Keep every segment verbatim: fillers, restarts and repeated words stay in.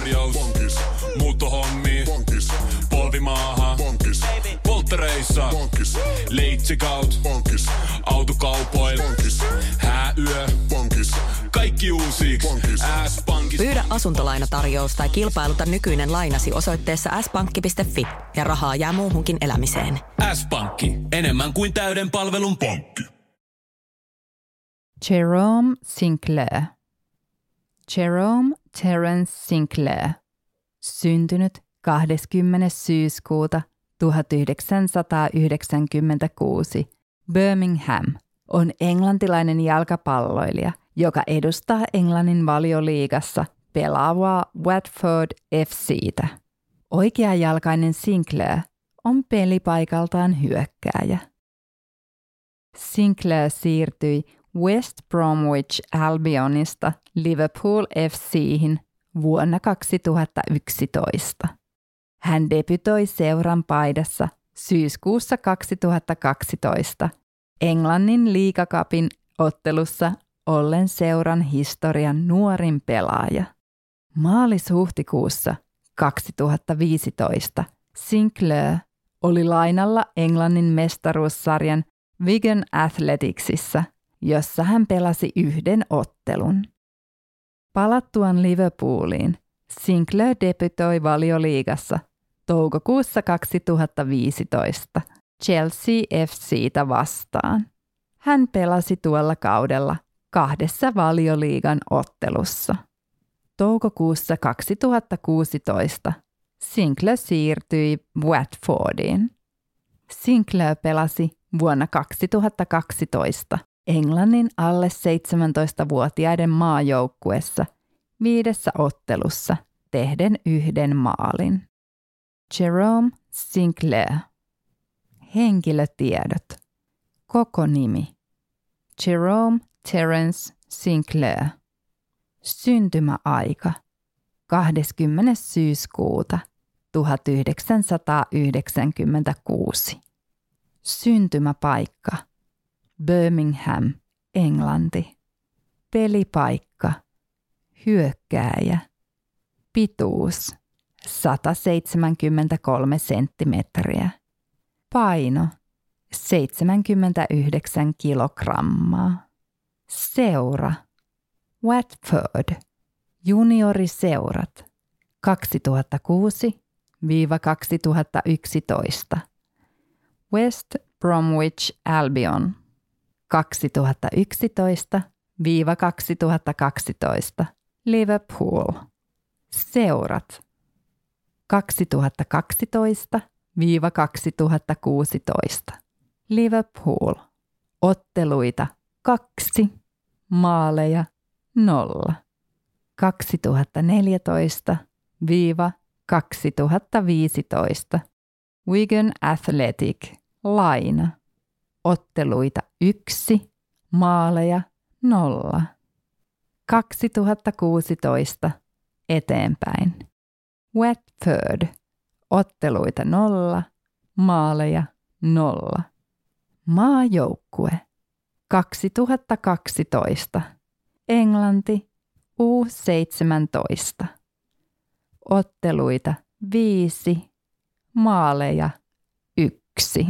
Lainatarjous. Bonkis. Muuttohommi. Bonkis. Polvimaaha. Bonkis. Polttereissa. Bonkis. Leitsikaut. Bonkis. Autokaupoil. Bonkis. Hääyö. Bonkis. Kaikki uusiiksi. S-pankki. Pyydä asuntolainatarjous tai kilpailuta nykyinen lainasi osoitteessa s pankki piste fi ja rahaa jää muuhunkin elämiseen. S-pankki. Enemmän kuin täyden palvelun pankki. Jerome Sinclair. Jerome Terence Sinclair, syntynyt kahdeskymmenes syyskuuta tuhatyhdeksänsataayhdeksänkymmentäkuusi, Birmingham, on englantilainen jalkapalloilija, joka edustaa Englannin Valioliigassa pelaavaa Watford F C:tä. Oikeajalkainen Sinclair on pelipaikaltaan hyökkääjä. Sinclair siirtyi West Bromwich Albionista Liverpool F C:hin vuonna kaksituhattayksitoista. Hän debytoi seuran paidassa syyskuussa kaksituhattakaksitoista Englannin liigacupin ottelussa ollen seuran historian nuorin pelaaja. Maalis-huhtikuussa kaksituhattaviisitoista Sinclair oli lainalla Englannin mestaruussarjan Wigan Athleticsissa, jossa hän pelasi yhden ottelun. Palattuaan Liverpooliin Sinclair debytoi Valioliigassa toukokuussa kaksituhattaviisitoista Chelsea F C:tä vastaan. Hän pelasi tuolla kaudella kahdessa Valioliigan ottelussa. Toukokuussa kaksituhattakuusitoista Sinclair siirtyi Watfordiin. Sinclair pelasi vuonna kaksituhattakaksitoista Englannin alle seitsemäntoistavuotiaiden maajoukkuessa viidessä ottelussa tehden yhden maalin. Jerome Sinclair. Henkilötiedot. Koko nimi. Jerome Terence Sinclair. Syntymäaika. kahdeskymmenes syyskuuta tuhatyhdeksänsataayhdeksänkymmentäkuusi. Syntymäpaikka. Birmingham, Englanti. Pelipaikka. Hyökkääjä. Pituus. sata seitsemänkymmentäkolme senttimetriä. Paino. seitsemänkymmentäyhdeksän kilogrammaa. Seura. Watford. Junioriseurat. kaksituhattakuusi kaksituhattayksitoista. West Bromwich Albion. kaksituhattayksitoista kaksituhattakaksitoista. Liverpool. Seurat. kaksituhattakaksitoista kaksituhattakuusitoista. Liverpool. Otteluita kaksi. Maaleja nolla. kaksituhattaneljätoista kaksituhattaviisitoista. Wigan Athletic. Laina. Otteluita yksi. Maaleja nolla. kaksituhattakuusitoista eteenpäin. Watford. Otteluita nolla. Maaleja nolla. Maajoukkue. kaksituhattakaksitoista. Englanti U seitsemäntoista. Otteluita viisi. Maaleja yksi.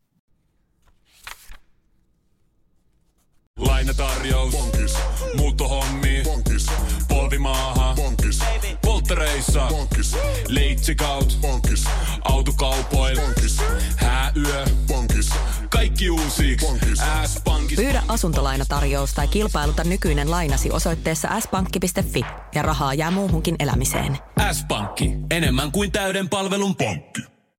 Lainatarjous. Bonkis. Muuttohommi. Bonkis. Polvimaaha. Bonkis. Polttereissa. Bonkis. Leitsikaut. Bonkis. Autokaupoil. Bonkis. Hääyö. Bonkis. Kaikki uusiiksi. S-pankki. Pyydä asuntolainatarjous tai kilpailuta nykyinen lainasi osoitteessa s pankki piste fi ja rahaa jää muuhunkin elämiseen. S-pankki. Enemmän kuin täyden palvelun pankki.